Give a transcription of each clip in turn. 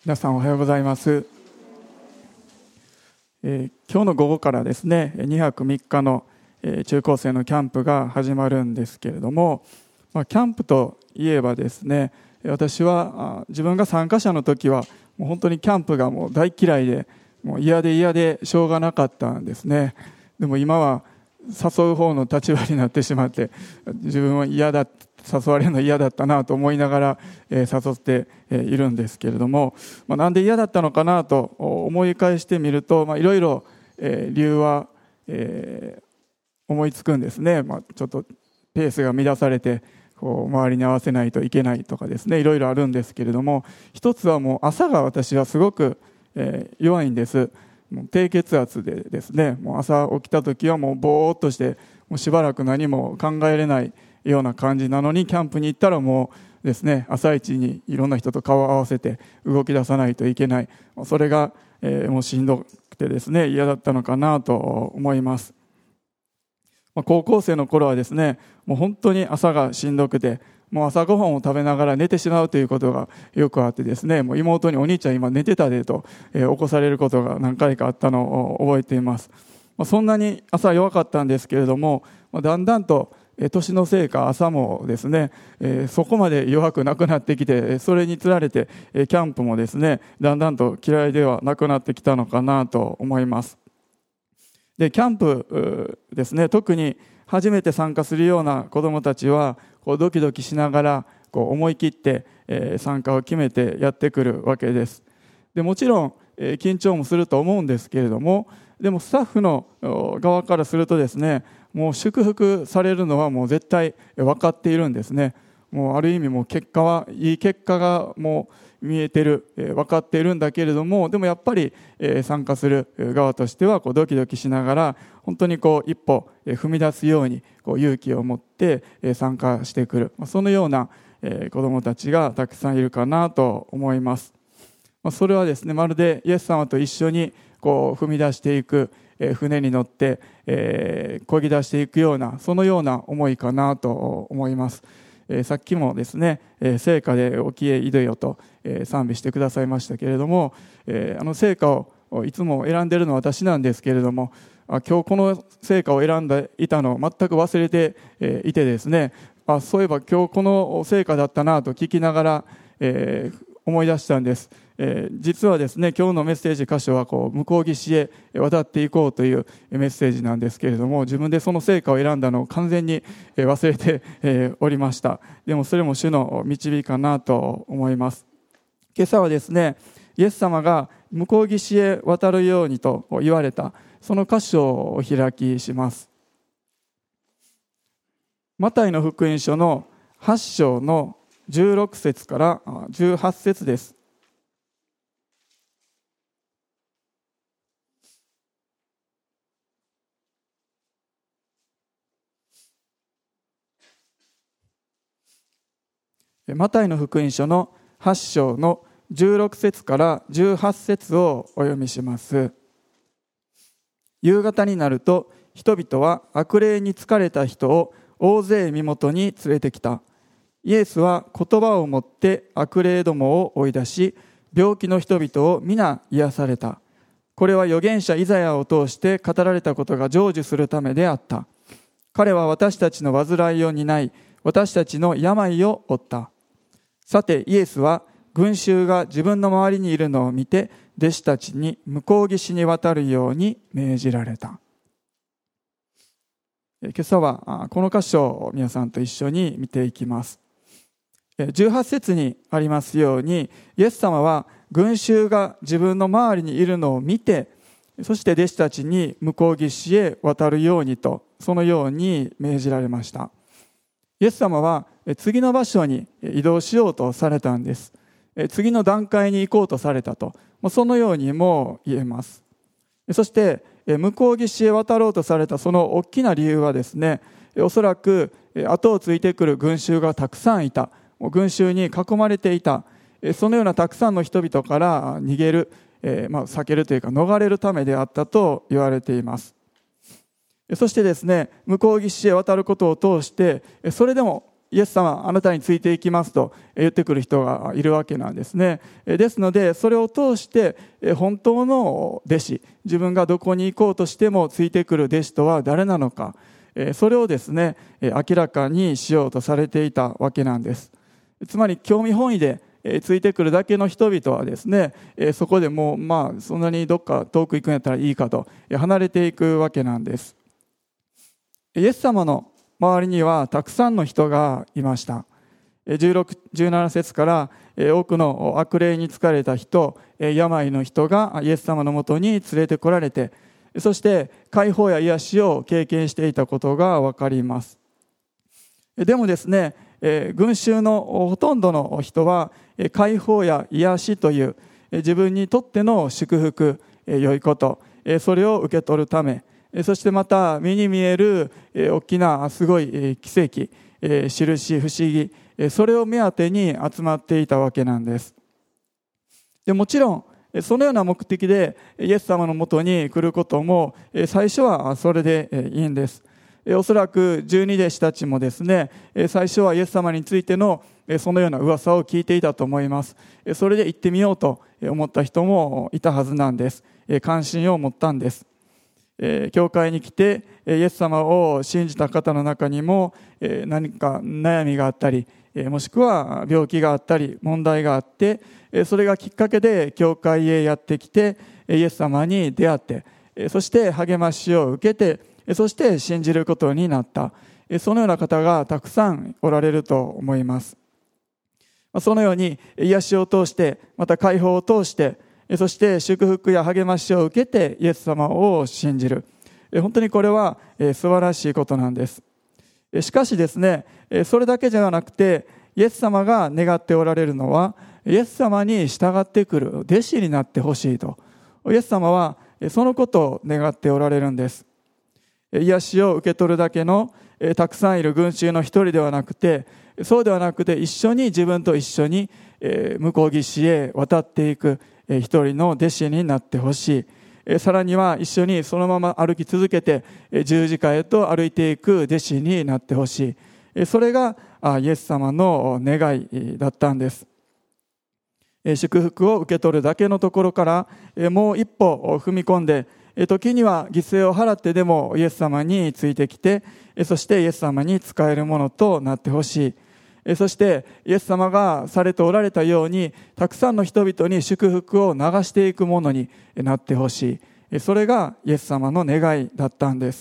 皆さんおはようございます。今日の午後からですね、2泊3日の、中高生のキャンプが始まるんですけれども、キャンプといえばですね、私は自分が参加者の時はもう本当にキャンプがもう大嫌いで、もう嫌でしょうがなかったんですね。でも今は誘う方の立場になってしまって、自分は誘われるの嫌だったなと思いながら、誘っているんですけれども、なんで嫌だったのかなと思い返してみると、いろいろ理由は思いつくんですね。ちょっとペースが乱されて周りに合わせないといけないとかですね、いろいろあるんですけれども、一つはもう朝が私はすごく弱いんです。もう低血圧でですね、もう朝起きた時はもうぼーっとして、もうしばらく何も考えれないような感じなのに、キャンプに行ったらもうですね、朝一にいろんな人と顔を合わせて動き出さないといけない。それがもうしんどくてですね、嫌だったのかなと思います。高校生の頃はですね、もう本当に朝がしんどくて、もう朝ごはんを食べながら寝てしまうということがよくあってですね、もう妹にお兄ちゃん今寝てたでと、起こされることが何回かあったのを覚えています。そんなに朝弱かったんですけれども、だんだんと年のせいか朝もですね、そこまで弱くなくなってきて、それにつられてキャンプもですね、だんだんと嫌いではなくなってきたのかなと思います。でキャンプですね、特に初めて参加するような子どもたちはドキドキしながら思い切って参加を決めてやってくるわけです。でもちろん緊張もすると思うんですけれども、でもスタッフの側からするとですね、もう祝福されるのはもう絶対分かっているんですね。もうある意味もういい結果がもう見えてる、分かっているんだけれども、でもやっぱり参加する側としてはドキドキしながら本当に一歩踏み出すように勇気を持って参加してくる、そのような子どもたちがたくさんいるかなと思います。それはですね、まるでイエス様と一緒に踏み出していく、船に乗って漕ぎ出していくような、そのような思いかなと思います。さっきもですね、聖歌で沖へいでよと賛美してくださいましたけれども、聖歌をいつも選んでいるのは私なんですけれども、今日この聖歌を選んでいたのを全く忘れていてですね、そういえば今日この聖歌だったなと聞きながら思い出したんです。実はですね、今日のメッセージ箇所は向こう岸へ渡っていこうというメッセージなんですけれども、自分でその聖歌を選んだのを完全に忘れておりました。でもそれも主の導きかなと思います。今朝はですね、イエス様が向こう岸へ渡るようにと言われたその箇所をお開きします。マタイの福音書の8章の16節から18節です。マタイの福音書の8章の16節から18節をお読みします。夕方になると人々は悪霊に疲れた人を大勢身元に連れてきた。イエスは言葉をもって悪霊どもを追い出し、病気の人々を皆癒された。これは預言者イザヤを通して語られたことが成就するためであった。彼は私たちの患いを担い、私たちの病を負った。さてイエスは群衆が自分の周りにいるのを見て、弟子たちに向こう岸に渡るように命じられた。今朝はこの箇所を皆さんと一緒に見ていきます。18節にありますように、イエス様は群衆が自分の周りにいるのを見て、そして弟子たちに向こう岸へ渡るようにと、そのように命じられました。イエス様は次の場所に移動しようとされたんです。次の段階に行こうとされたと、そのようにも言えます。そして向こう岸へ渡ろうとされたその大きな理由はですね、おそらく後をついてくる群衆がたくさんいた、群衆に囲まれていた、そのようなたくさんの人々から逃げる、避けるというか逃れるためであったと言われています。そしてですね、向こう岸へ渡ることを通して、それでもイエス様あなたについていきますと言ってくる人がいるわけなんですね。ですのでそれを通して本当の弟子、自分がどこに行こうとしてもついてくる弟子とは誰なのか、それをですね明らかにしようとされていたわけなんです。つまり興味本位でついてくるだけの人々はですね、そこでもうそんなにどっか遠く行くんやったらいいかと離れていくわけなんです。イエス様の周りにはたくさんの人がいました。16、17節から多くの悪霊に疲れた人、病の人がイエス様のもとに連れてこられて、そして解放や癒しを経験していたことがわかります。でもですね、群衆のほとんどの人は解放や癒しという自分にとっての祝福、良いこと、それを受け取るため、そしてまた目に見える大きなすごい奇跡、印、不思議、それを目当てに集まっていたわけなんです。でもちろんそのような目的でイエス様のもとに来ることも最初はそれでいいんです。おそらく12弟子たちもですね、最初はイエス様についてのそのような噂を聞いていたと思います。それで行ってみようと思った人もいたはずなんです。関心を持ったんです。教会に来てイエス様を信じた方の中にも何か悩みがあったり、もしくは病気があったり問題があって、それがきっかけで教会へやってきてイエス様に出会って、そして励ましを受けて、そして信じることになった、そのような方がたくさんおられると思います。そのように癒しを通して、また解放を通して、そして祝福や励ましを受けてイエス様を信じる、本当にこれは素晴らしいことなんです。しかしですね、それだけではなくてイエス様が願っておられるのは、イエス様に従ってくる弟子になってほしいと、イエス様はそのことを願っておられるんです。癒しを受け取るだけのたくさんいる群衆の一人ではなくて、そうではなくて自分と一緒に向こう岸へ渡っていく一人の弟子になってほしい。さらには一緒にそのまま歩き続けて十字架へと歩いていく弟子になってほしい。それがイエス様の願いだったんです。祝福を受け取るだけのところからもう一歩踏み込んで、時には犠牲を払ってでもイエス様についてきて、そしてイエス様に仕えるものとなってほしい。そしてイエス様がされておられたように、たくさんの人々に祝福を流していくものになってほしい。それがイエス様の願いだったんです。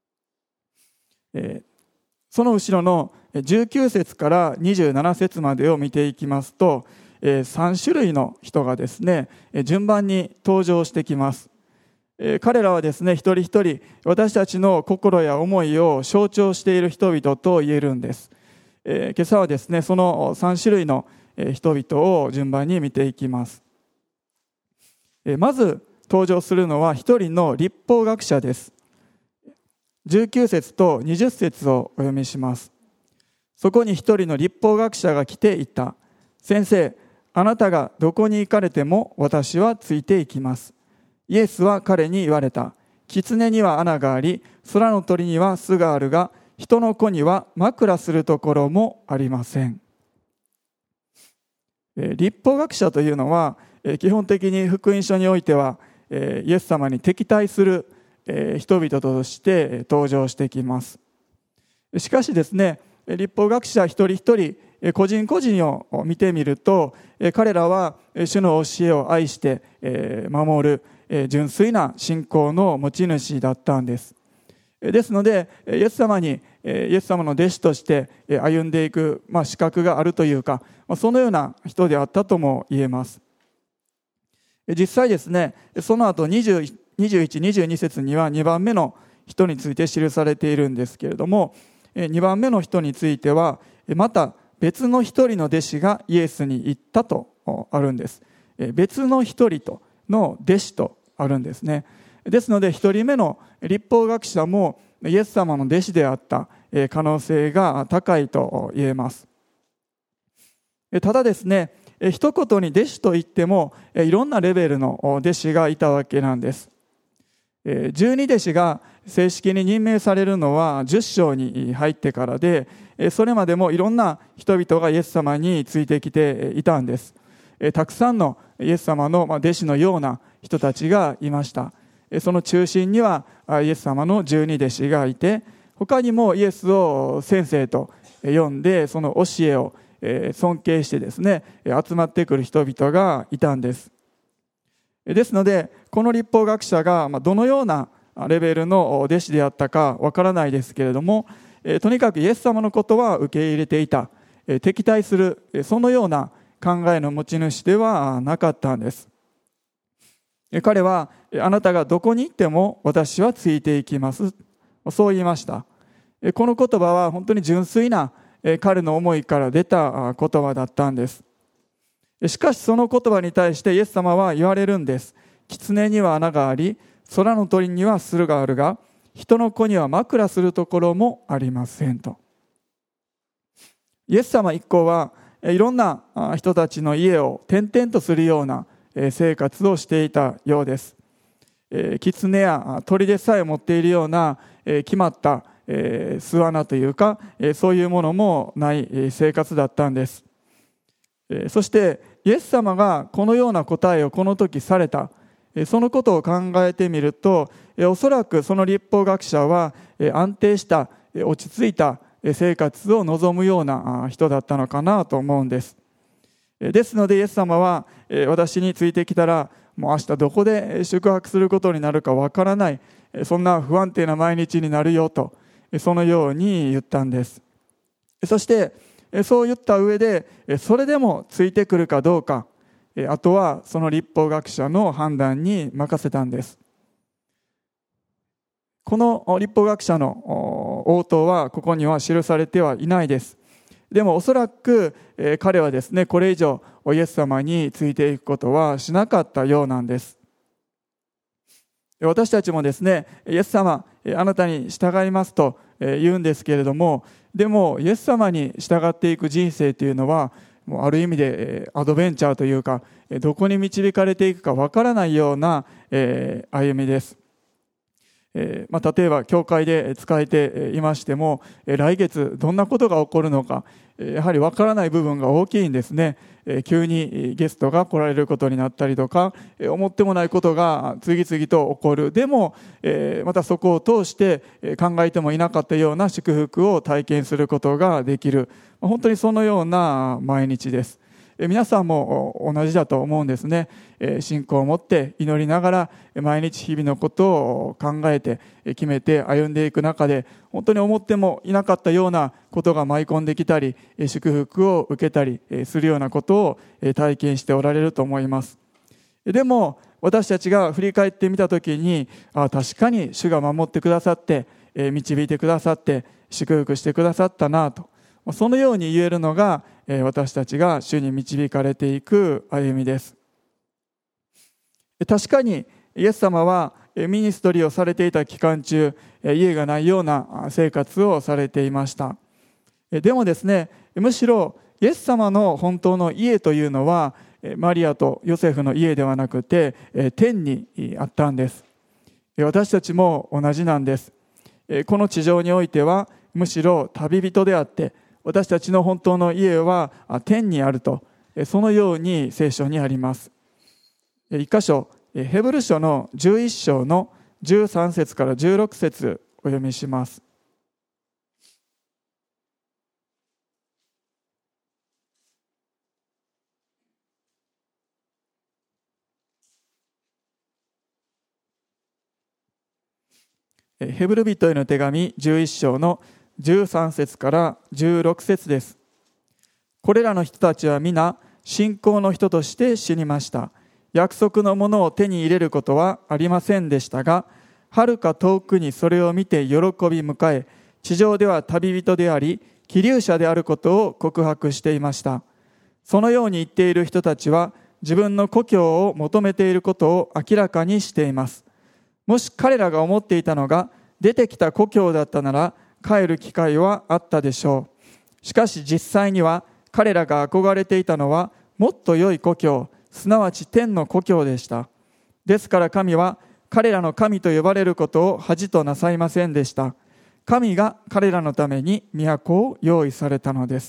その後ろの19節から27節までを見ていきますと、3種類の人がですね、順番に登場してきます。彼らはですね、一人一人私たちの心や思いを象徴している人々と言えるんです。今朝はですね、その3種類の人々を順番に見ていきます。まず登場するのは一人の律法学者です。19節と20節をお読みします。そこに一人の律法学者が来ていった。先生、あなたがどこに行かれても私はついていきます。イエスは彼に言われた。狐には穴があり、空の鳥には巣があるが、人の子には枕するところもありません。律法学者というのは、基本的に福音書においては、イエス様に敵対する人々として登場してきます。しかしですね、律法学者一人一人、個人個人を見てみると、彼らは主の教えを愛して守る純粋な信仰の持ち主だったんです。ですのでイエス様の弟子として歩んでいく、資格があるというか、そのような人であったとも言えます。実際ですね、その後21、22節には2番目の人について記されているんですけれども、2番目の人についてはまた別の一人の弟子がイエスに言ったとあるんです。別の一人との弟子とあるんですね。ですので一人目の律法学者もイエス様の弟子であった可能性が高いと言えます。ただですね、一言に弟子といってもいろんなレベルの弟子がいたわけなんです。 12弟子が正式に任命されるのは10章に入ってからで、それまでもいろんな人々がイエス様についてきていたんです。たくさんのイエス様の弟子のような人たちがいました。その中心にはイエス様の12弟子がいて、他にもイエスを先生と呼んで、その教えを尊敬してですね、集まってくる人々がいたんです。ですので、この立法学者がどのようなレベルの弟子であったかわからないですけれども、とにかくイエス様のことは受け入れていた、敵対する、そのような考えの持ち主ではなかったんです。彼は、あなたがどこに行っても私はついていきます、そう言いました。この言葉は本当に純粋な彼の思いから出た言葉だったんです。しかしその言葉に対してイエス様は言われるんです。狐には穴があり、空の鳥には巣があるが、人の子には枕するところもありませんと。イエス様一行はいろんな人たちの家を転々とするような生活をしていたようです。狐や鳥でさえ持っているような決まった巣穴というか、そういうものもない生活だったんです。そしてイエス様がこのような答えをこの時された、そのことを考えてみると、おそらくその立法学者は安定した落ち着いた生活を望むような人だったのかなと思うんです。ですのでイエス様は、私についてきたらもう明日どこで宿泊することになるかわからない、そんな不安定な毎日になるよと、そのように言ったんです。そしてそう言った上で、それでもついてくるかどうか、あとはその立法学者の判断に任せたんです。この立法学者の応答はここには記されてはいないです。でもおそらく彼はですね、これ以上イエス様についていくことはしなかったようなんです。私たちもですね、イエス様あなたに従いますと言うんですけれども、でもイエス様に従っていく人生というのはもうある意味でアドベンチャーというか、どこに導かれていくかわからないような歩みです。例えば教会で仕えていましても、来月どんなことが起こるのかやはりわからない部分が大きいんですね。急にゲストが来られることになったりとか、思ってもないことが次々と起こる。でもまたそこを通して考えてもいなかったような祝福を体験することができる、本当にそのような毎日です。皆さんも同じだと思うんですね。信仰を持って祈りながら毎日日々のことを考えて決めて歩んでいく中で、本当に思ってもいなかったようなことが舞い込んできたり、祝福を受けたりするようなことを体験しておられると思います。でも私たちが振り返ってみたときに、確かに主が守ってくださって導いてくださって祝福してくださったなと、そのように言えるのが私たちが主に導かれていく歩みです。確かにイエス様はミニストリーをされていた期間中、家がないような生活をされていました。でもですね、むしろイエス様の本当の家というのはマリアとヨセフの家ではなくて天にあったんです。私たちも同じなんです。この地上においてはむしろ旅人であって、私たちの本当の家は天にあると、そのように聖書にあります。一箇所、ヘブル書の11章の13節から16節お読みします。ヘブル人への手紙11章の13節から16節です。これらの人たちは皆信仰の人として死にました。約束のものを手に入れることはありませんでしたが、遥か遠くにそれを見て喜び迎え、地上では旅人であり寄留者であることを告白していました。そのように言っている人たちは自分の故郷を求めていることを明らかにしています。もし彼らが思っていたのが出てきた故郷だったなら帰る機会はあったでしょう。しかし実際には彼らが憧れていたのはもっと良い故郷、すなわち天の故郷でした。ですから神は彼らの神と呼ばれることを恥となさいませんでした。神が彼らのために都を用意されたのです。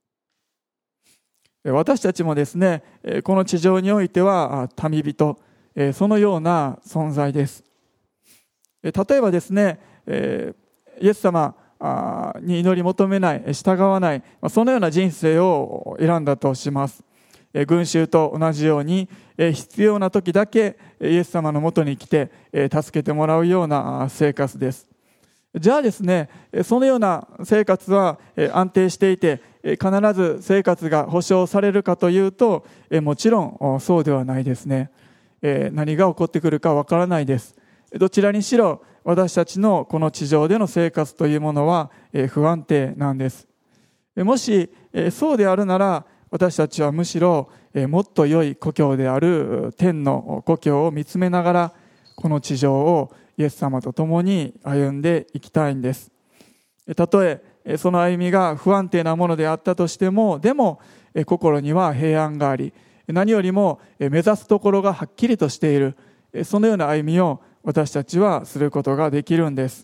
私たちもですね、この地上においては民人、そのような存在です。例えばですね、イエス様に祈り求めない、従わない、そのような人生を選んだとします。群衆と同じように必要な時だけイエス様のもとに来て助けてもらうような生活です。じゃあですね、そのような生活は安定していて必ず生活が保障されるかというと、もちろんそうではないですね。何が起こってくるかわからないです。どちらにしろ私たちのこの地上での生活というものは不安定なんです。もしそうであるなら、私たちはむしろもっと良い故郷である天の故郷を見つめながら、この地上をイエス様と共に歩んでいきたいんです。たとえその歩みが不安定なものであったとしても、でも心には平安があり、何よりも目指すところがはっきりとしている、そのような歩みを私たちはすることができるんです。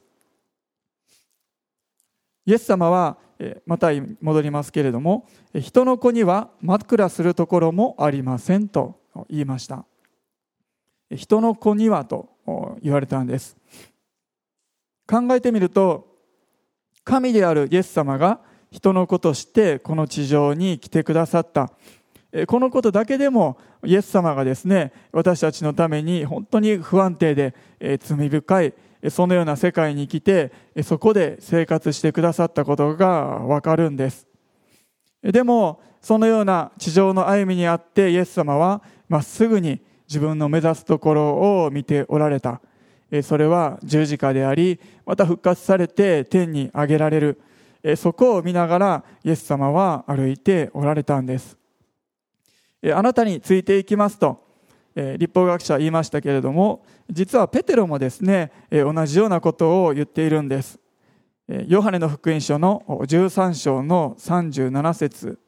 イエス様はまた戻りますけれども、人の子には枕するところもありませんと言いました。人の子にはと言われたんです。考えてみると、神であるイエス様が人の子としてこの地上に来てくださった。このことだけでもイエス様がですね、私たちのために本当に不安定で罪深いそのような世界に来て、そこで生活してくださったことがわかるんです。でもそのような地上の歩みにあってイエス様はまっすぐに自分の目指すところを見ておられた。それは十字架であり、また復活されて天に上げられる、そこを見ながらイエス様は歩いておられたんです。あなたについていきますと律法学者は言いましたけれども、実はペテロもですね、同じようなことを言っているんです。ヨハネの福音書の13章の37節。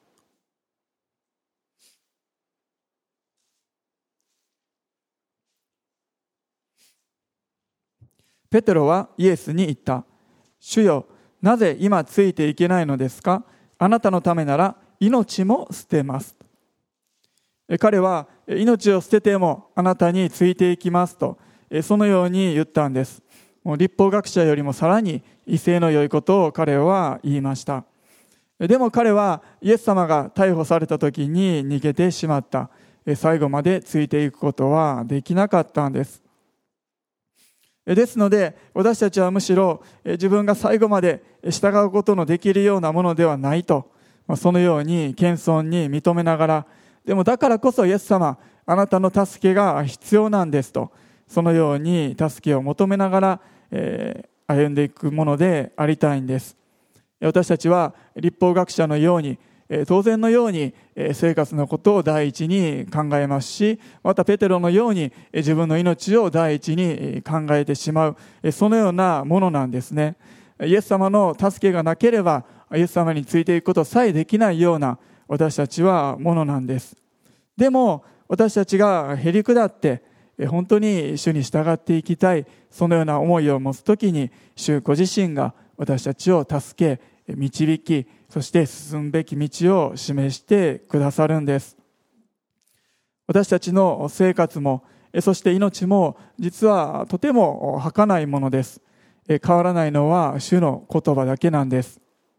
ペテロはイエスに言った。主よ、なぜ今ついていけないのですか？あなたのためなら命も捨てます。彼は命を捨ててもあなたについていきますと、そのように言ったんです。もう律法学者よりもさらに威勢の良いことを彼は言いました。でも彼はイエス様が逮捕された時に逃げてしまった。最後までついていくことはできなかったんです。ですので私たちはむしろ自分が最後まで従うことのできるようなものではないと、そのように謙遜に認めながら、でもだからこそイエス様、あなたの助けが必要なんですと、そのように助けを求めながら、歩んでいくものでありたいんです。私たちは律法学者のように当然のように生活のことを第一に考えますし、またペテロのように自分の命を第一に考えてしまう、そのようなものなんですね。イエス様の助けがなければイエス様についていくことさえできないような私たちはものなんです。でも私たちがへり下って本当に主に従っていきたい、そのような思いを持つときに、主ご自身が私たちを助け導き、そして進むべき道を示してくださるんです。私たちの生活もそして命も実はとても儚いものです。変わらないのは主の言葉だけなんです。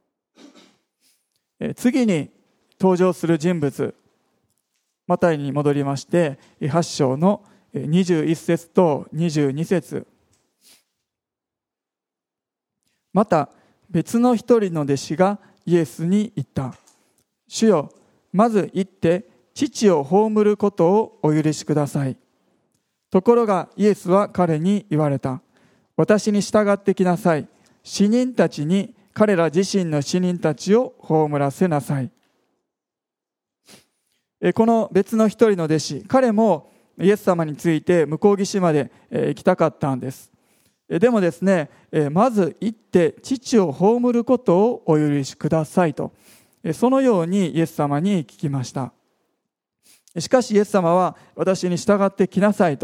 次に登場する人物、マタイに戻りまして8章の21節と22節。また別の一人の弟子がイエスに言った。主よ、まず行って父を葬ることをお許しください。ところがイエスは彼に言われた。私に従ってきなさい。死人たちに彼ら自身の死人たちを葬らせなさい。この別の一人の弟子、彼もイエス様について向こう岸まで行きたかったんです。でもですね、まず行って父を葬ることをお許しくださいと、そのようにイエス様に聞きました。しかしイエス様は私に従ってきなさいと、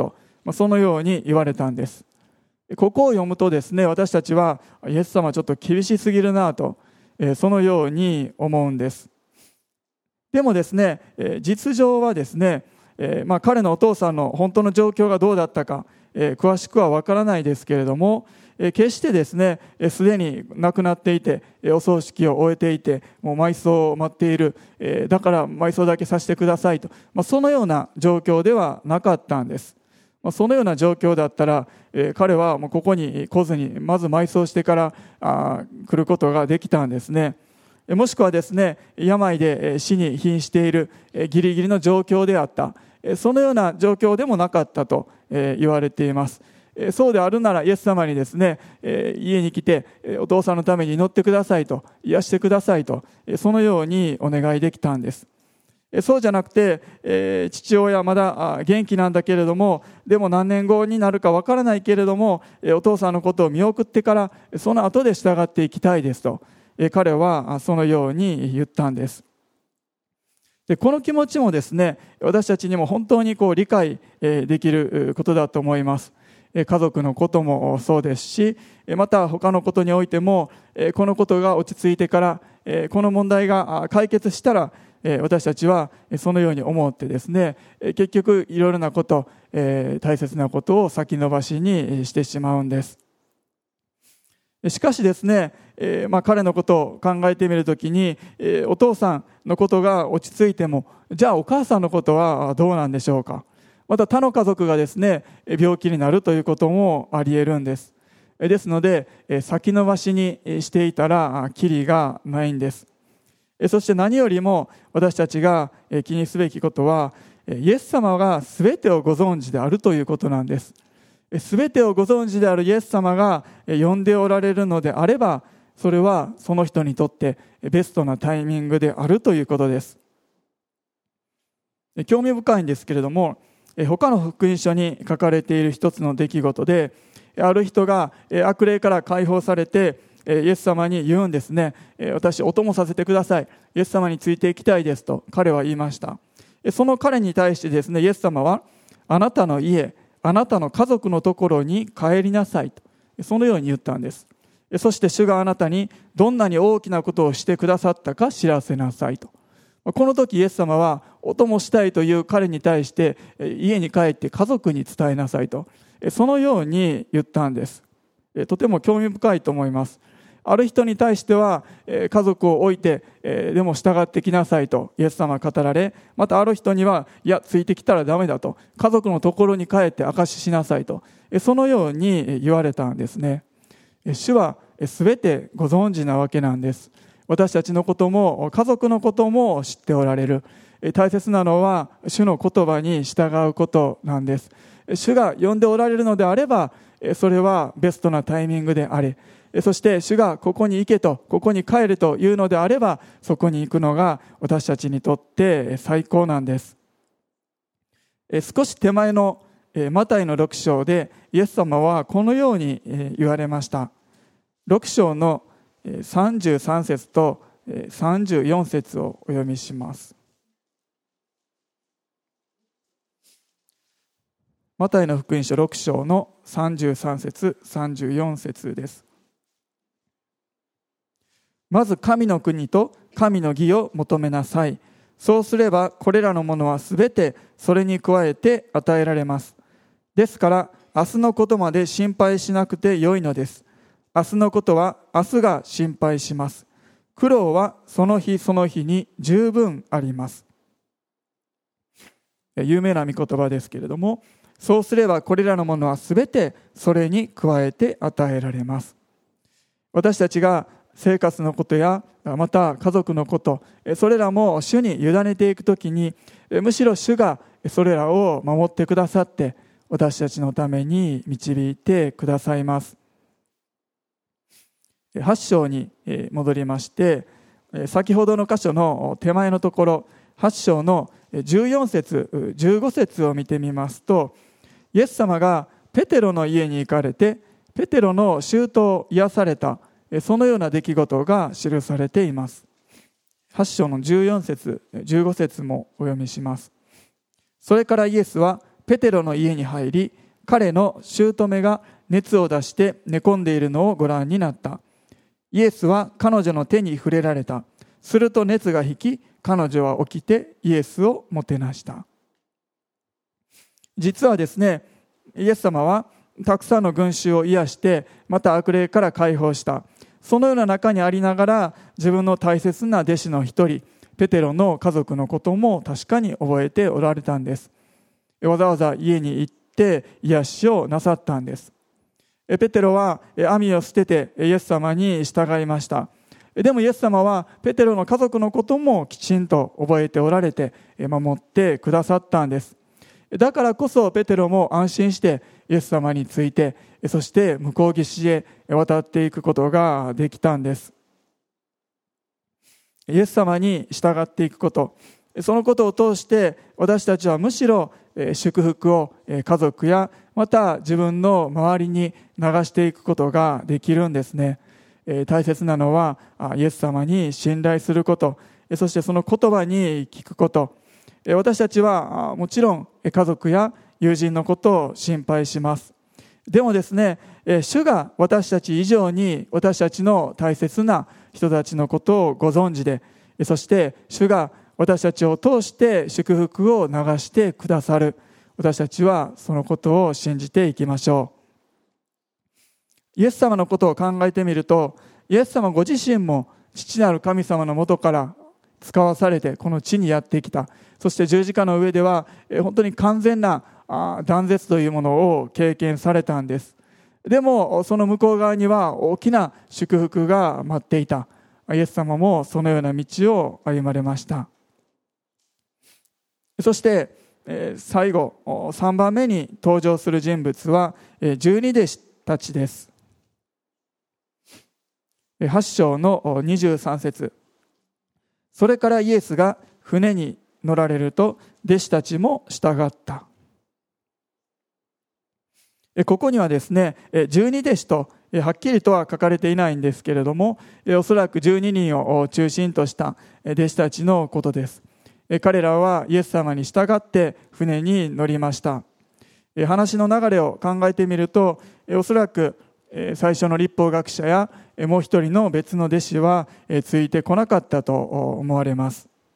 そのように言われたんです。ここを読むとですね、私たちはイエス様ちょっと厳しすぎるなと、そのように思うんです。でもですね、実情はですね、彼のお父さんの本当の状況がどうだったか、詳しくはわからないですけれども、決してですね、すでに亡くなっていて、お葬式を終えていて、もう埋葬を待っている、だから埋葬だけさせてくださいと、そのような状況ではなかったんです。そのような状況だったら、彼はもうここに来ずにまず埋葬してから来ることができたんですね。もしくはですね、病で死に瀕しているギリギリの状況であった、そのような状況でもなかったと言われています。そうであるならイエス様にですね、家に来てお父さんのために祈ってくださいと、癒してくださいと、そのようにお願いできたんです。そうじゃなくて、父親まだ元気なんだけれども、でも何年後になるかわからないけれども、お父さんのことを見送ってからその後で従っていきたいですと、彼はそのように言ったんです。でこの気持ちもですね、私たちにも本当に理解できることだと思います。家族のこともそうですし、また他のことにおいても、このことが落ち着いてから、この問題が解決したら、私たちはそのように思ってですね、結局いろいろなこと、大切なことを先延ばしにしてしまうんです。しかしですね、彼のことを考えてみるときに、お父さんのことが落ち着いても、じゃあお母さんのことはどうなんでしょうか。また他の家族がですね、病気になるということもあり得るんです。ですので、先延ばしにしていたらキリがないんです。そして何よりも私たちが気にすべきことは、イエス様が全てをご存知であるということなんです。全てをご存知であるイエス様が呼んでおられるのであれば、それはその人にとってベストなタイミングであるということです。興味深いんですけれども、他の福音書に書かれている一つの出来事で、ある人が悪霊から解放されてイエス様に言うんですね。私お供させてください、イエス様についていきたいですと彼は言いました。その彼に対してですね、イエス様は、あなたの家、あなたの家族のところに帰りなさいと、そのように言ったんです。そして主があなたにどんなに大きなことをしてくださったか知らせなさいと。この時イエス様はお供したいという彼に対して家に帰って家族に伝えなさいと、そのように言ったんです。とても興味深いと思います。ある人に対しては家族を置いてでも従ってきなさいとイエス様は語られ、またある人にはいやついてきたらダメだと、家族のところに帰って証ししなさいと、そのように言われたんですね。主は全てご存知なわけなんです。私たちのことも家族のことも知っておられる。大切なのは主の言葉に従うことなんです。主が呼んでおられるのであれば、それはベストなタイミングであり、そして主がここに行けと、ここに帰るというのであれば、そこに行くのが私たちにとって最高なんです。少し手前のマタイの6章でイエス様はこのように言われました。6章の33節と34節をお読みします。マタイの福音書6章の33節34節です。まず神の国と神の義を求めなさい。そうすればこれらのものはすべてそれに加えて与えられます。ですから明日のことまで心配しなくてよいのです。明日のことは明日が心配します。苦労はその日その日に十分あります。有名な御言葉ですけれども、そうすればこれらのものはすべてそれに加えて与えられます。私たちが生活のことやまた家族のこと、それらも主に委ねていくときに、むしろ主がそれらを守ってくださって私たちのために導いてくださいます。8章に戻りまして、先ほどの箇所の手前のところ、8章の14節15節を見てみますと、イエス様がペテロの家に行かれてペテロの舅を癒された、そのような出来事が記されています。8章の14節15節もお読みします。それからイエスはペテロの家に入り、 彼の姑が熱を出して寝込んでいるのをご覧になった。イエスは彼女の手に触れられた。すると熱が引き、彼女は起きてイエスをもてなした。実はですね、イエス様はたくさんの群衆を癒して、また悪霊から解放した。そのような中にありながら、自分の大切な弟子の一人、ペテロの家族のことも確かに覚えておられたんです。わざわざ家に行って癒しをなさったんです。ペテロは網を捨ててイエス様に従いました。でもイエス様はペテロの家族のこともきちんと覚えておられて守ってくださったんです。だからこそペテロも安心してイエス様について、そして向こう岸へ渡っていくことができたんです。イエス様に従っていくこと、そのことを通して私たちはむしろ祝福を家族やまた自分の周りに流していくことができるんですね。大切なのはイエス様に信頼すること、そしてその言葉に聞くこと。私たちはもちろん家族や友人のことを心配します。でもですね、主が私たち以上に私たちの大切な人たちのことをご存知で、そして主が私たちを通して祝福を流してくださる。私たちはそのことを信じていきましょう。イエス様のことを考えてみると、イエス様ご自身も父なる神様のもとから使わされてこの地にやってきた。そして十字架の上では本当に完全な断絶というものを経験されたんです。でもその向こう側には大きな祝福が待っていた。イエス様もそのような道を歩まれました。そして最後3番目に登場する人物は12弟子たちです。8章の23節。それからイエスが船に乗られると弟子たちも従った。ここにはですね、12弟子とはっきりとは書かれていないんですけれども、おそらく12人を中心とした弟子たちのことです。彼らはイエス様に従って船に乗りました。話の流れを考えてみると、おそらく最初の立法学者やもう一人の別の弟子はついてこなかったと思われます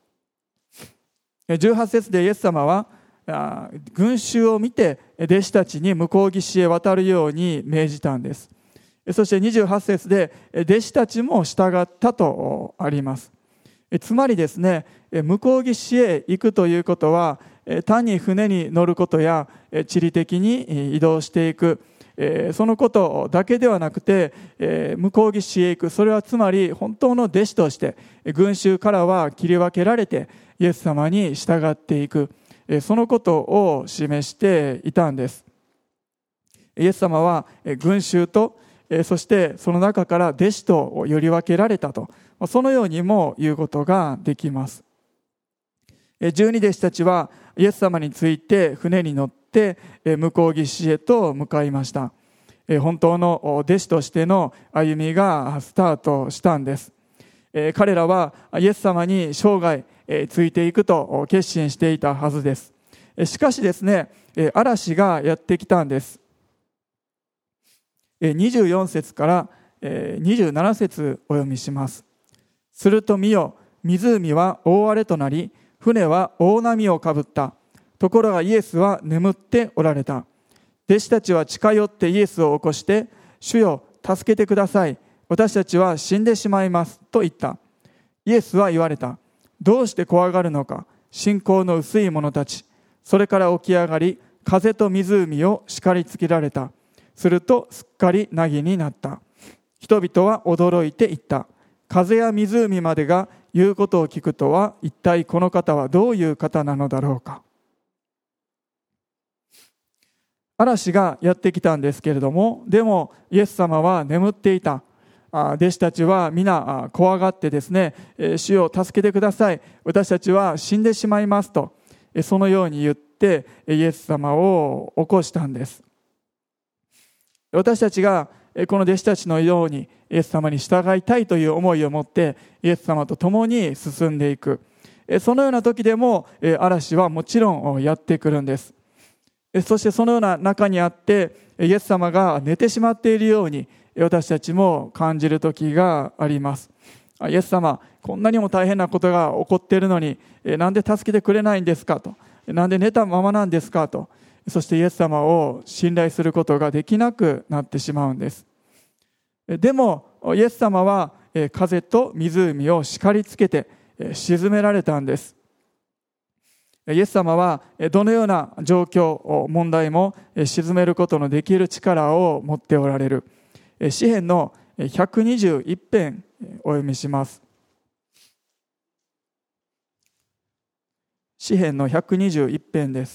。18節でイエス様は群衆を見て弟子たちに向こう岸へ渡るように命じたんです。そして28節で弟子たちも従ったとあります。つまりですね、向こう岸へ行くということは単に船に乗ることや地理的に移動していくそのことだけではなくて、向こう岸へ行く、それはつまり本当の弟子として群衆からは切り分けられてイエス様に従っていく、そのことを示していたんです。イエス様は群衆とそしてその中から弟子とより分けられたと、そのようにも言うことができます。12弟子たちはイエス様について船に乗って向こう岸へと向かいました。本当の弟子としての歩みがスタートしたんです。彼らはイエス様に生涯ついていくと決心していたはずです。しかしですね、嵐がやってきたんです。24節から27節お読みします。すると見よ、湖は大荒れとなり、船は大波をかぶった。ところがイエスは眠っておられた。弟子たちは近寄ってイエスを起こして、主よ、助けてください。私たちは死んでしまいます。と言った。イエスは言われた。どうして怖がるのか、信仰の薄い者たち。それから起き上がり、風と湖を叱りつけられた。するとすっかり凪になった。人々は驚いて言った。風や湖までが言うことを聞くとは、一体この方はどういう方なのだろうか。嵐がやってきたんですけれども、でもイエス様は眠っていた。弟子たちは皆怖がってですね、主を助けてください。私たちは死んでしまいますと、そのように言ってイエス様を起こしたんです。私たちがこの弟子たちのようにイエス様に従いたいという思いを持ってイエス様と共に進んでいく。そのような時でも嵐はもちろんやってくるんです。 そしてそのような中にあってイエス様が寝てしまっているように私たちも感じる時があります。イエス様、こんなにも大変なことが起こっているのになんで助けてくれないんですかと、なんで寝たままなんですかと、そしてイエス様を信頼することができなくなってしまうんです。でもイエス様は風と湖を叱りつけて沈められたんです。イエス様はどのような状況、問題も沈めることのできる力を持っておられる。詩編の121編お読みします。詩編の121編です。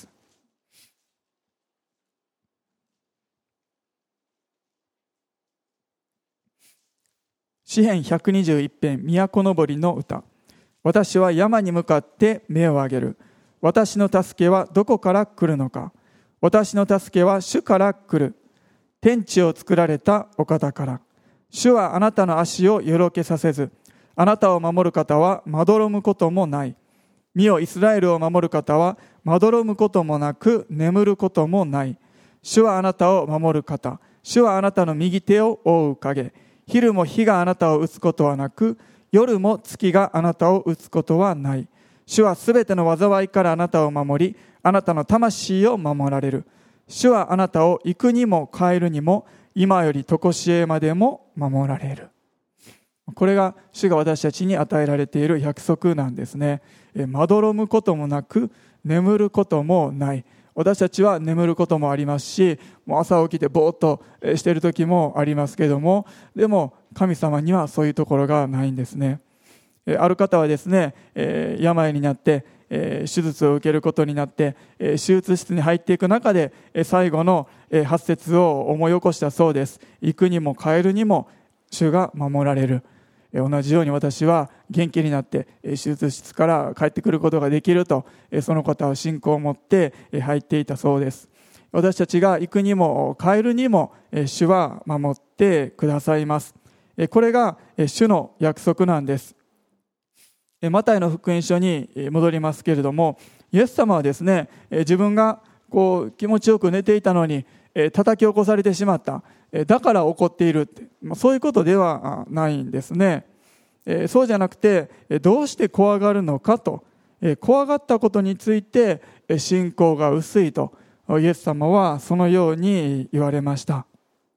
詩編121編、都のぼりの歌。私は山に向かって目を上げる。私の助けはどこから来るのか。私の助けは主から来る。天地を作られたお方から。主はあなたの足をよろけさせず、あなたを守る方はまどろむこともない。見よ、イスラエルを守る方はまどろむこともなく眠ることもない。主はあなたを守る方。主はあなたの右手を覆う影。昼も日があなたを打つことはなく、夜も月があなたを打つことはない。主はすべての災いからあなたを守り、あなたの魂を守られる。主はあなたを行くにも帰るにも、今より常しえまでも守られる。これが主が私たちに与えられている約束なんですね。まどろむこともなく、眠ることもない。私たちは眠ることもありますし、もう朝起きてぼーっとしている時もありますけれども、でも神様にはそういうところがないんですね。ある方はですね、病になって、手術を受けることになって、手術室に入っていく中で、最後の8節を思い起こしたそうです。行くにも帰るにも主が守られる。同じように私は元気になって手術室から帰ってくることができると、その方は信仰を持って入っていたそうです。私たちが行くにも帰るにも主は守ってくださいます。これが主の約束なんです。マタイの福音書に戻りますけれども、イエス様はですね、自分が気持ちよく寝ていたのに叩き起こされてしまった、だから怒っているって、そういうことではないんですね。そうじゃなくて、どうして怖がるのかと、怖がったことについて信仰が薄いとイエス様はそのように言われました。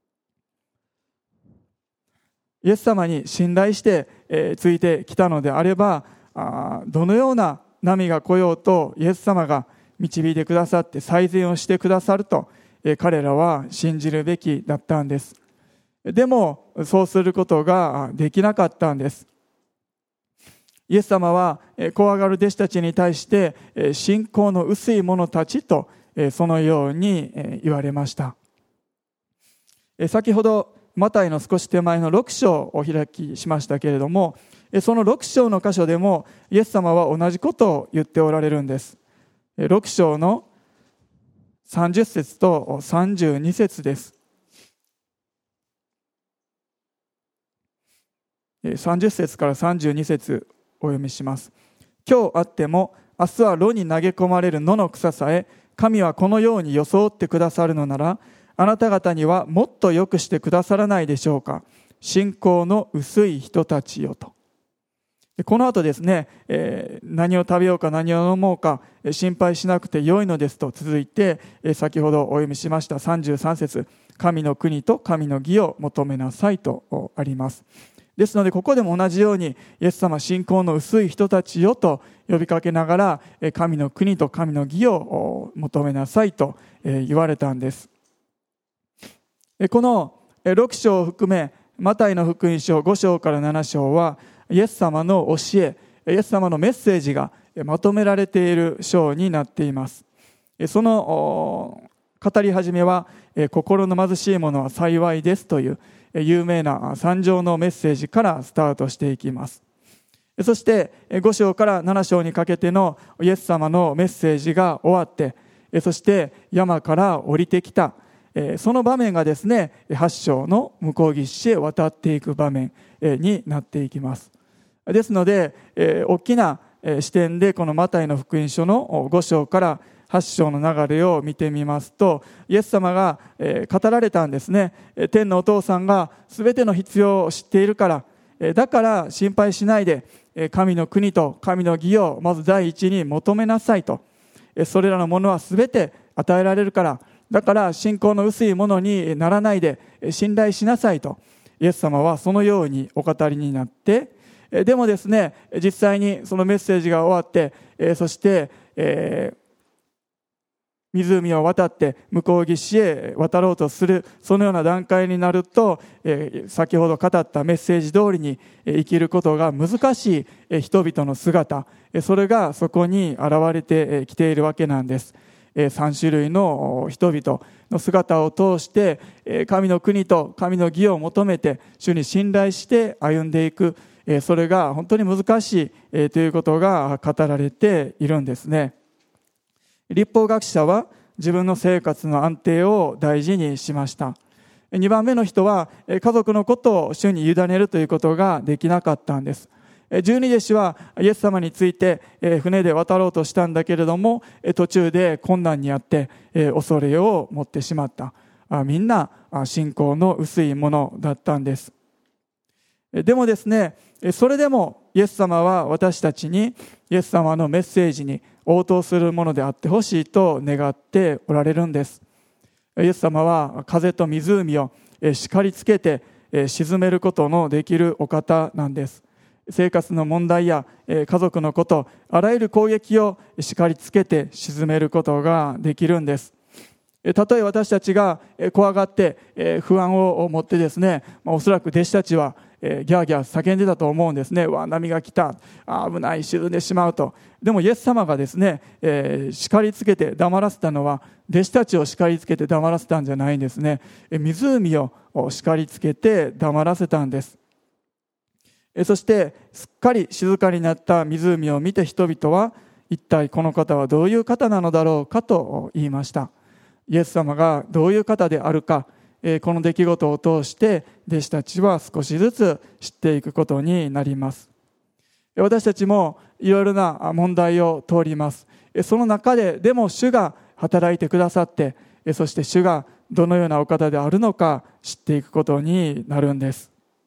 イエス様に信頼してついてきたのであれば、どのような波が来ようとイエス様が導いてくださって最善をしてくださると彼らは信じるべきだったんです。でもそうすることができなかったんです。イエス様は怖がる弟子たちに対して信仰の薄い者たちとそのように言われました。先ほどマタイの少し手前の6章をお開きしましたけれども、その6章の箇所でもイエス様は同じことを言っておられるんです。6章の30節と32節です。30節から32節お読みします。今日あっても明日は炉に投げ込まれる野の草さえ神はこのように装ってくださるのなら、あなた方にはもっと良くしてくださらないでしょうか。信仰の薄い人たちよと。この後ですね、何を食べようか何を飲もうか心配しなくて良いのですと続いて、先ほどお読みしました33節、神の国と神の義を求めなさいとあります。ですのでここでも同じようにイエス様、信仰の薄い人たちよと呼びかけながら神の国と神の義を求めなさいと言われたんです。この6章を含めマタイの福音書5章から7章はイエス様の教え、イエス様のメッセージがまとめられている章になっています。その語り始めは心の貧しい者は幸いですという有名な3条のメッセージからスタートしていきます。そして5章から7章にかけてのイエス様のメッセージが終わって、そして山から降りてきたその場面がですね、8章の向こう岸へ渡っていく場面になっていきます。ですので大きな視点でこのマタイの福音書の5章から 8章の流れを見てみますと、イエス様が語られたんですね。天のお父さんがすべての必要を知っているから、だから心配しないで、神の国と神の義をまず第一に求めなさいと。それらのものはすべて与えられるから、だから信仰の薄いものにならないで信頼しなさいと、イエス様はそのようにお語りになって、でもですね、実際にそのメッセージが終わって、そして、湖を渡って向こう岸へ渡ろうとする、そのような段階になると、先ほど語ったメッセージ通りに生きることが難しい人々の姿、それがそこに現れてきているわけなんです。3種類の人々の姿を通して神の国と神の義を求めて主に信頼して歩んでいく、それが本当に難しいということが語られているんですね。律法学者は自分の生活の安定を大事にしました。2番目の人は家族のことを主に委ねるということができなかったんです。12弟子はイエス様について船で渡ろうとしたんだけれども、途中で困難にあって恐れを持ってしまった。みんな信仰の薄いものだったんです。でもですね、それでもイエス様は私たちにイエス様のメッセージに応答するものであってほしいと願っておられるんです。イエス様は風と湖を叱りつけて沈めることのできるお方なんです。生活の問題や家族のこと、あらゆる攻撃を叱りつけて沈めることができるんです。たとえ私たちが怖がって不安を持ってですね、おそらく弟子たちはギャーギャー叫んでたと思うんですね。波が来た、危ない、沈んでしまうと。でもイエス様がですね、叱りつけて黙らせたのは弟子たちを叱りつけて黙らせたんじゃないんですね。湖を叱りつけて黙らせたんです。そしてすっかり静かになった湖を見て人々は一体この方はどういう方なのだろうかと言いました。イエス様がどういう方であるか、この出来事を通して弟子たちは少しずつ知っていくことになります。私たちもいろいろな問題を通ります。その中でも主が働いてくださって、そして主がどのようなお方であるのか知っていくことになるんです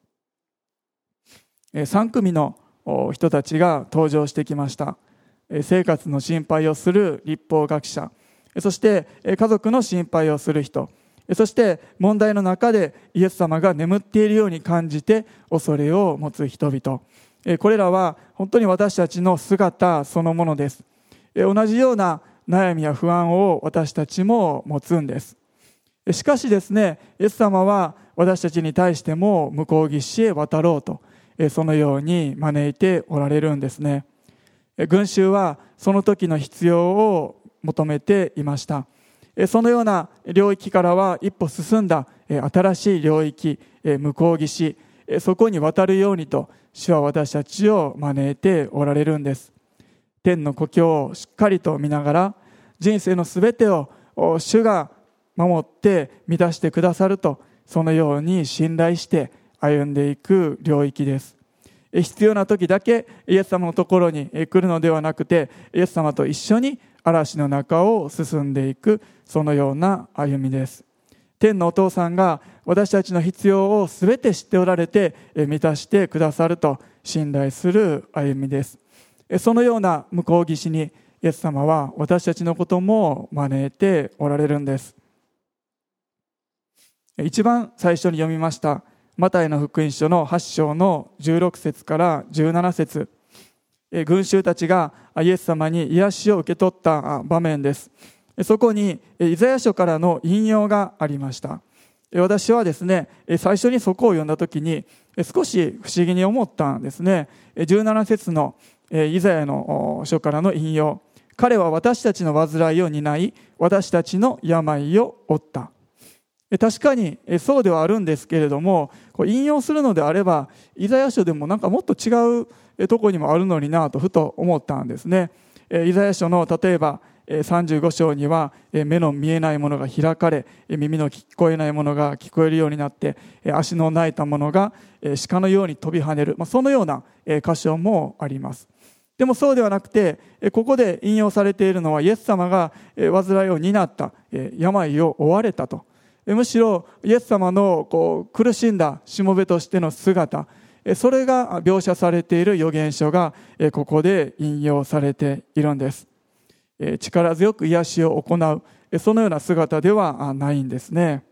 。3組の人たちが登場してきました。生活の心配をする律法学者、そして家族の心配をする人、そして問題の中でイエス様が眠っているように感じて恐れを持つ人々、これらは本当に私たちの姿そのものです。同じような悩みや不安を私たちも持つんです。しかしですね、イエス様は私たちに対しても向こう岸へ渡ろうと、そのように招いておられるんですね。群衆はその時の必要を求めていました。そのような領域からは一歩進んだ新しい領域、向こう岸、そこに渡るようにと主は私たちを招いておられるんです。天の故郷をしっかりと見ながら、人生のすべてを主が守って満たしてくださると、そのように信頼して歩んでいく領域です。必要な時だけイエス様のところに来るのではなくて、イエス様と一緒に嵐の中を進んでいく、そのような歩みです。天のお父さんが私たちの必要をすべて知っておられて満たしてくださると信頼する歩みです。そのような向こう岸にイエス様は私たちのことも招いておられるんです。一番最初に読みましたマタイの福音書の8章の16節から17節、群衆たちがイエス様に癒しを受け取った場面です。そこにイザヤ書からの引用がありました。私はですね、最初にそこを読んだ時に少し不思議に思ったんですね。17節のイザヤの書からの引用、彼は私たちの患いを担い、私たちの病を負った。確かにそうではあるんですけれども、引用するのであればイザヤ書でもなんかもっと違うところにもあるのになとふと思ったんですね。イザヤ書の例えば35章には目の見えないものが開かれ、耳の聞こえないものが聞こえるようになって、足の泣いたものが鹿のように飛び跳ねる、そのような箇所もあります。 でもそうではなくて、ここで引用されているのはイエス様が患いを担った、病を負われたと。むしろイエス様の苦しんだしもべとしての姿、それが描写されている預言書がここで引用されているんです。力強く癒しを行う、そのような姿ではないんですね。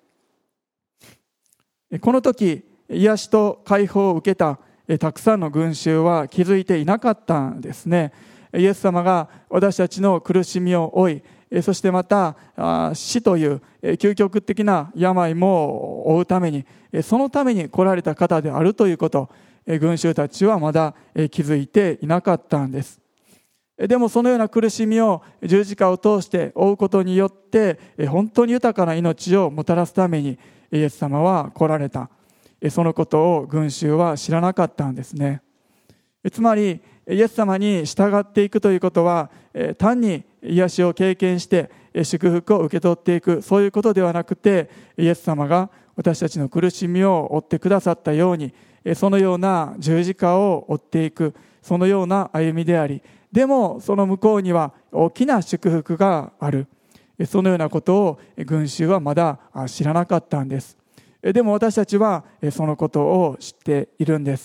この時、癒しと解放を受けたたくさんの群衆は気づいていなかったんですね。イエス様が私たちの苦しみを負い、そしてまた死という究極的な病も負うために、そのために来られた方であるということ、群衆たちはまだ気づいていなかったんです。でもそのような苦しみを十字架を通して負うことによって本当に豊かな命をもたらすためにイエス様は来られた。そのことを群衆は知らなかったんですね。つまりイエス様に従っていくということは単に癒しを経験して祝福を受け取っていく、そういうことではなくて、イエス様が私たちの苦しみを負ってくださったように、そのような十字架を追っていく、そのような歩みであり、でもその向こうには大きな祝福がある、そのようなことを群衆はまだ知らなかったんです。でも私たちはそのことを知っているんです。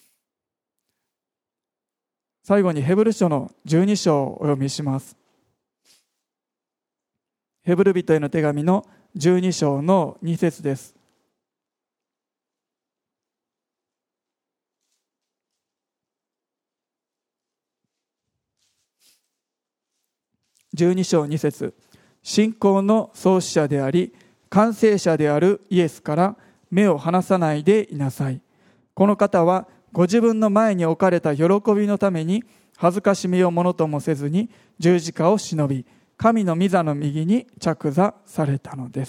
最後にヘブル書の12章をお読みします。ヘブル人への手紙の12章の2節です。12章2節、信仰の創始者であり完成者であるイエスから目を離さないでいなさい。この方はご自分の前に置かれた喜びのために恥ずかしみをものともせずに十字架を忍び、神の御座の右に着座されたのです。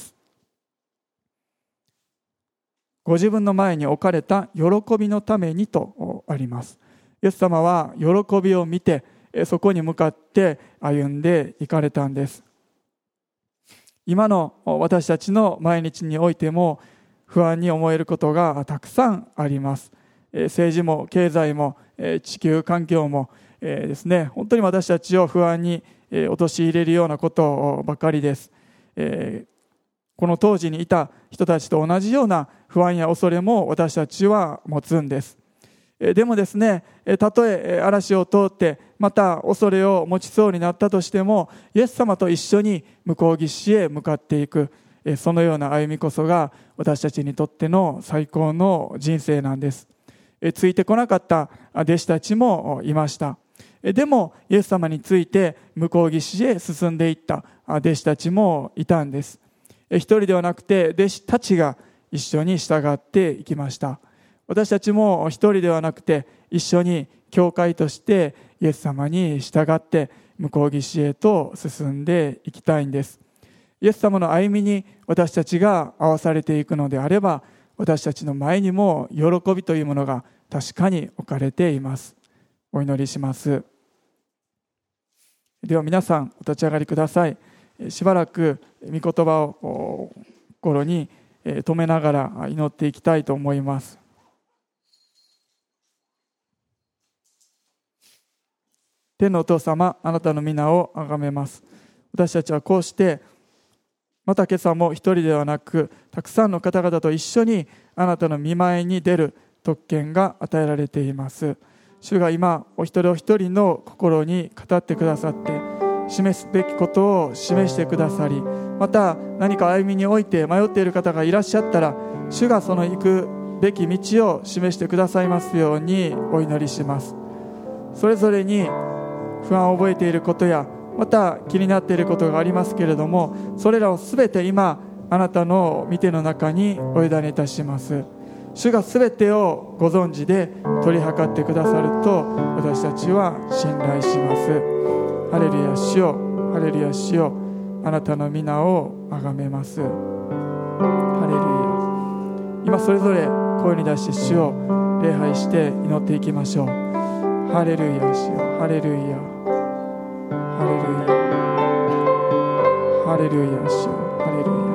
ご自分の前に置かれた喜びのためにとあります。イエス様は喜びを見てそこに向かって歩んでいかれたんです。今の私たちの毎日においても不安に思えることがたくさんあります。政治も経済も地球環境もですね、本当に私たちを不安に陥れるようなことばかりです。この当時にいた人たちと同じような不安や恐れも私たちは持つんです。でもですね、たとえ嵐を通ってまた恐れを持ちそうになったとしても、イエス様と一緒に向こう岸へ向かっていく、そのような歩みこそが私たちにとっての最高の人生なんです。ついてこなかった弟子たちもいました。でもイエス様について向こう岸へ進んでいった弟子たちもいたんです。一人ではなくて弟子たちが一緒に従っていきました。私たちも一人ではなくて一緒に教会としてイエス様に従って向こう岸へと進んでいきたいんです。イエス様の歩みに私たちが合わされていくのであれば、私たちの前にも喜びというものが確かに置かれています。お祈りします。では皆さんお立ち上がりください。しばらく御言葉を心に留めながら祈っていきたいと思います。天のお父様、あなたの皆をあがめます。私たちはこうしてまた今朝も一人ではなくたくさんの方々と一緒にあなたの御前に出る特権が与えられています。主が今お一人お一人の心に語ってくださって示すべきことを示してくださり、また何か歩みにおいて迷っている方がいらっしゃったら、主がその行くべき道を示してくださいますようにお祈りします。それぞれに不安を覚えていることやまた気になっていることがありますけれども、それらをすべて今あなたの御手の中にお委ねいたします。主がすべてをご存知で取り計ってくださると私たちは信頼します。ハレルヤ主よ、ハレルヤ主よ、あなたの皆をあがめます。ハレルヤ。今それぞれ声に出して主を礼拝して祈っていきましょう。ハレルヤ主よ、ハレルヤ、ハレルヤ、ハレルヤ主よ、ハレルヤ。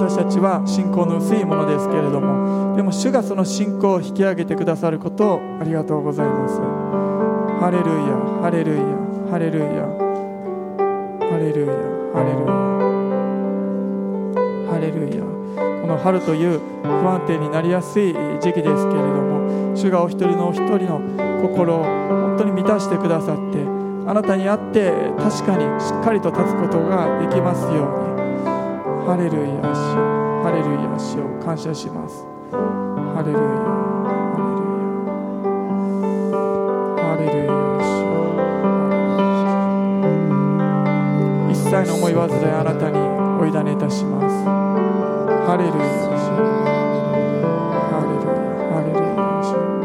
私たちは信仰の薄いものですけれども、でも主がその信仰を引き上げてくださることをありがとうございます。ハレルヤハレルヤハレルヤハレルヤハレルヤハレルヤ。この春という不安定になりやすい時期ですけれども、主がお一人のお一人の心を本当に満たしてくださって、あなたにあって確かにしっかりと立つことができますように。ハレルヤ主よ、ハレルヤ主よ、感謝します。ハレルヤハレルヤハレルヤ主よ、一切の思い煩いあなたにお委ねいたします。ハレルヤ主よ、ハレルヤハレルヤ主よ。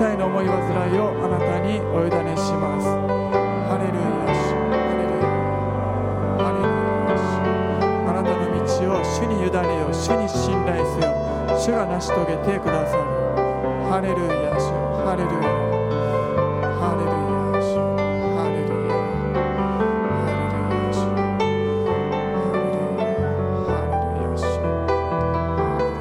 切の重い患いをあなたにお委ねします。ハレルヤ、主、ハレルヤ、ハレルヤ、主、あなたの道を主に委ねよ、主に信頼せよ。主が成し遂げてくださる。ハレルヤ、主、ハレルヤ、ハレルヤ、主、ハレルヤ、ハレルヤ、主、ハレルヤ、ハレルヤ、主、ハレル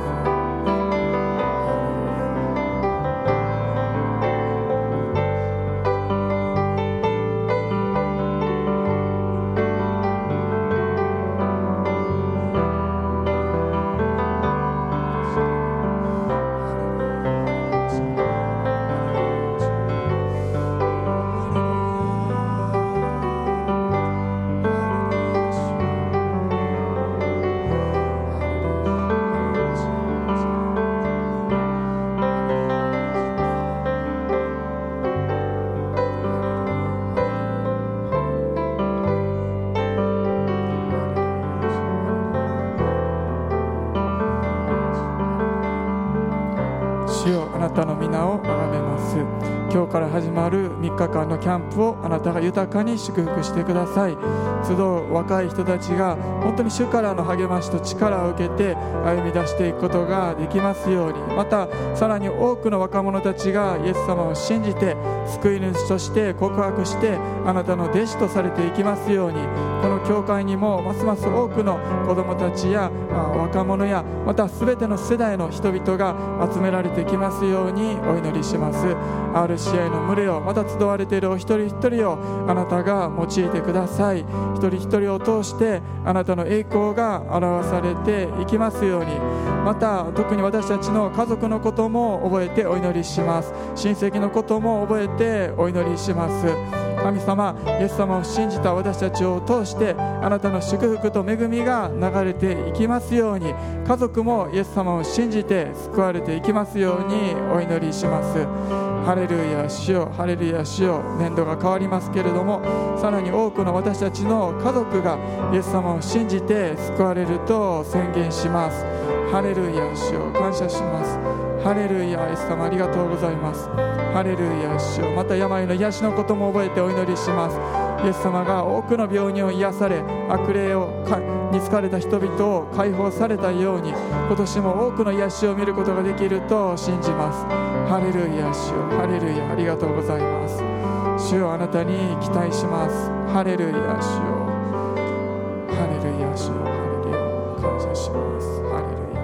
主よ、あなたの皆を崇めます。今日から始まる3日間のキャンプをあなたが豊かに祝福してください。集う若い人たちが本当に主からの励ましと力を受けて歩み出していくことができますように、またさらに多くの若者たちがイエス様を信じて救い主として告白してあなたの弟子とされていきますように、この教会にもますます多くの子どもたちや若者やまた全ての世代の人々が集められてきますようにお祈りします。 RCI の群れをまた集われているお一人一人をあなたが用いてください。一人一人を通してあなたの栄光が表されていきますように、また特に私たちの家族のことも覚えてお祈りします。親戚のことも覚えてお祈りします。神様、イエス様を信じた私たちを通してあなたの祝福と恵みが流れていきますように、家族もイエス様を信じて救われていきますようにお祈りします。ハレルヤ、主よ、ハレルヤ、主よ。年度が変わりますけれども、さらに多くの私たちの家族がイエス様を信じて救われると宣言します。ハレルヤ、主よ、感謝します。ハレルヤ、イエス様ありがとうございます。ハレルヤ、主よ。また病の癒しのことも覚えてお祈りします。イエス様が多くの病人を癒され、悪霊に疲れた人々を解放されたように、今年も多くの癒しを見ることができると信じます。ハレルヤ、主よ、ハレルヤ、ありがとうございます。主よ、あなたに期待します。ハレルヤ、主よ、ハレルヤ、主よ、ハレルヤ、感謝します。ハレルヤ。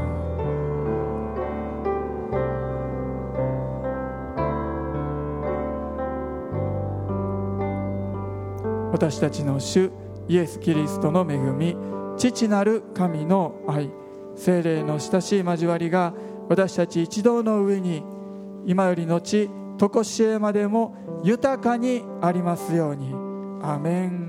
私たちの主イエス・キリストの恵み、父なる神の愛、聖霊の親しい交わりが私たち一同の上に今よりのち常しえまでも豊かにありますように。アメン。